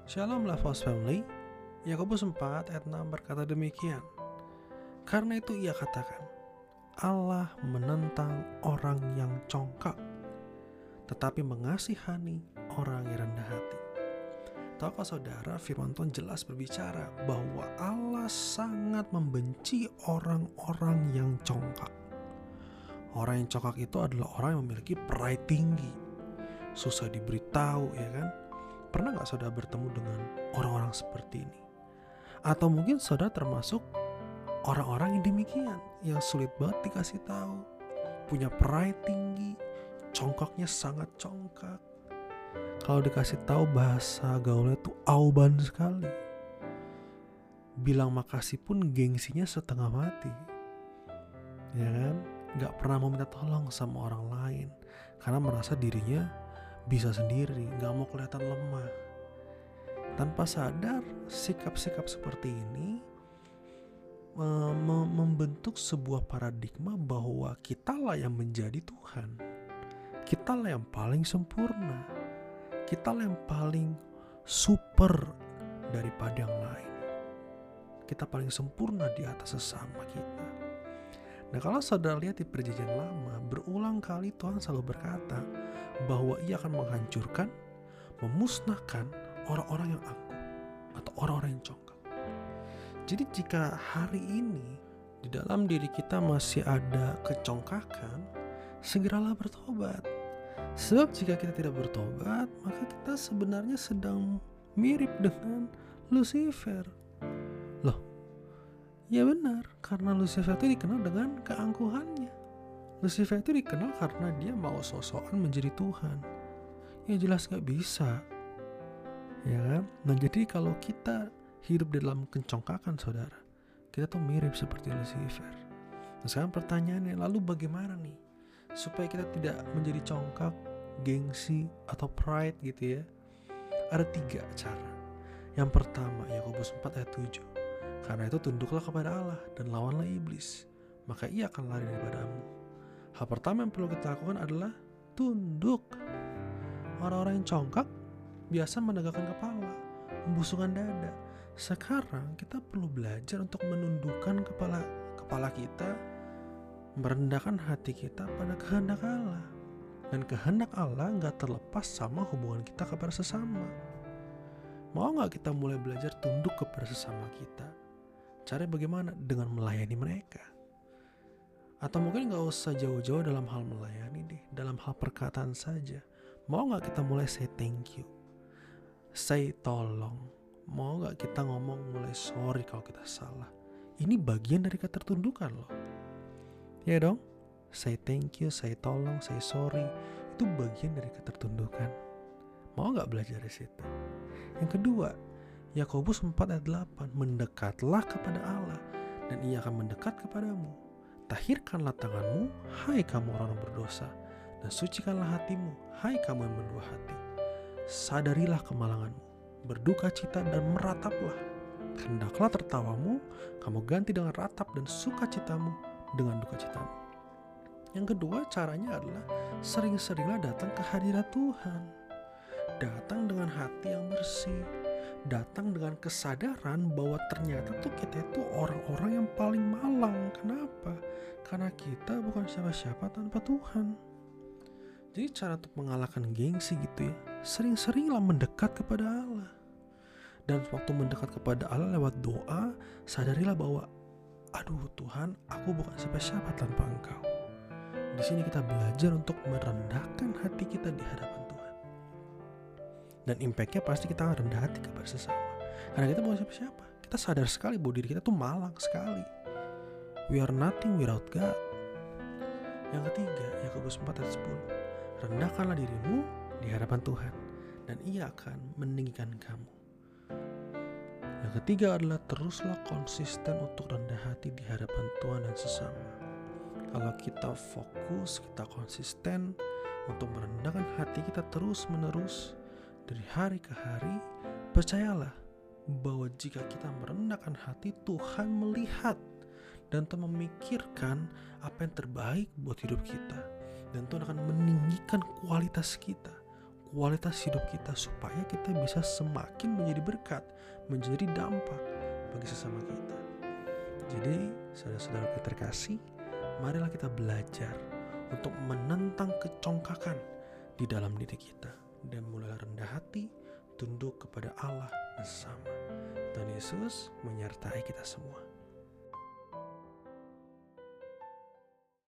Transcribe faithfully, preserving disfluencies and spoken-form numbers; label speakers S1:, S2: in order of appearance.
S1: Shalom Lifehouse Family. Yakobus empat ayat enam berkata demikian. Karena itu ia katakan, Allah menentang orang yang congkak, tetapi mengasihani orang yang rendah hati. Tahukah saudara, firman Tuhan jelas berbicara bahwa Allah sangat membenci orang-orang yang congkak. Orang yang congkak itu adalah orang yang memiliki pride tinggi, susah diberitahu, ya kan? Pernah gak saudara bertemu dengan orang-orang seperti ini? Atau mungkin saudara termasuk orang-orang yang demikian, yang sulit banget dikasih tahu, punya pride tinggi, congkaknya sangat congkak. Kalau dikasih tahu bahasa gaulnya tuh auban sekali. Bilang makasih pun gengsinya setengah mati, ya kan? Gak pernah mau minta tolong sama orang lain karena merasa dirinya bisa sendiri, gak mau kelihatan lemah. Tanpa sadar, sikap-sikap seperti ini mem- membentuk sebuah paradigma bahwa kitalah yang menjadi Tuhan, kitalah yang paling sempurna, kitalah yang paling super daripada yang lain, kita paling sempurna di atas sesama kita. Nah, kalau saudara lihat di perjanjian lama, berulang kali Tuhan selalu berkata bahwa ia akan menghancurkan, memusnahkan orang-orang yang angkuh atau orang-orang yang congkak. Jadi jika hari ini di dalam diri kita masih ada kecongkakan, segeralah bertobat. Sebab jika kita tidak bertobat, maka kita sebenarnya sedang mirip dengan Lucifer. Loh, ya benar, karena Lucifer itu dikenal dengan keangkuhannya. Lucifer itu dikenal karena dia mau sok-sokan menjadi Tuhan. Ya jelas gak bisa, ya kan? Nah, jadi kalau kita hidup di dalam kencongkakan, saudara, kita tuh mirip seperti Lucifer. Nah, sekarang pertanyaannya, lalu bagaimana nih supaya kita tidak menjadi congkak, gengsi, atau pride gitu ya? Ada tiga cara. Yang pertama, Yakobus empat ayat tujuh. Karena itu tunduklah kepada Allah dan lawanlah iblis, maka ia akan lari daripadamu. Hal pertama yang perlu kita lakukan adalah tunduk. Orang-orang yang congkak biasa menegakkan kepala, membusungkan dada. Sekarang kita perlu belajar untuk menundukkan kepala kepala kita, merendahkan hati kita pada kehendak Allah. Dan kehendak Allah gak terlepas sama hubungan kita kepada sesama. Mau gak kita mulai belajar tunduk kepada sesama kita? Caranya bagaimana? Dengan melayani mereka. Atau mungkin gak usah jauh-jauh dalam hal melayani deh, dalam hal perkataan saja. Mau gak kita mulai say thank you, say tolong? Mau gak kita ngomong mulai sorry kalau kita salah? Ini bagian dari ketertundukan loh. Ya dong? Say thank you, say tolong, say sorry, itu bagian dari ketertundukan. Mau gak belajar dari situ? Yang kedua, Yakobus empat ayat delapan, mendekatlah kepada Allah dan ia akan mendekat kepadamu. Tahirkanlah tanganmu, hai kamu orang yang berdosa, dan sucikanlah hatimu, hai kamu yang mendua hati. Sadarilah kemalanganmu, berduka cita dan merataplah. Hendaklah tertawamu, kamu ganti dengan ratap, dan sukacitamu dengan duka citamu. Yang kedua, caranya adalah sering-seringlah datang ke hadirat Tuhan. Datang dengan hati yang bersih, datang dengan kesadaran bahwa ternyata tuh kita itu orang-orang yang paling malang. Kenapa? Karena kita bukan siapa-siapa tanpa Tuhan. Jadi cara untuk mengalahkan gengsi gitu ya, sering-seringlah mendekat kepada Allah. Dan waktu mendekat kepada Allah lewat doa, sadarilah bahwa aduh Tuhan, aku bukan siapa-siapa tanpa Engkau. Di sini kita belajar untuk merendahkan hati kita di hadapan Tuhan. Dan impactnya pasti kita akan rendah hati kepada sesama. Karena kita bukan siapa-siapa. Kita sadar sekali bahwa diri kita tuh malang sekali. We are nothing without God. Yang ketiga, Yakobus empat ayat sepuluh. Rendahkanlah dirimu di hadapan Tuhan, dan ia akan meninggikan kamu. Yang ketiga adalah teruslah konsisten untuk rendah hati di hadapan Tuhan dan sesama. Kalau kita fokus, kita konsisten untuk merendahkan hati kita terus-menerus dari hari ke hari, percayalah bahwa jika kita merendahkan hati, Tuhan melihat dan Tuhan memikirkan apa yang terbaik buat hidup kita. Dan Tuhan akan meninggikan kualitas kita, kualitas hidup kita supaya kita bisa semakin menjadi berkat, menjadi dampak bagi sesama kita. Jadi saudara-saudara kita terkasih, marilah kita belajar untuk menentang kecongkakan di dalam diri kita dan mulailah rendah hati, tunduk kepada Allah dan sesama. Tuhan Yesus menyertai kita semua.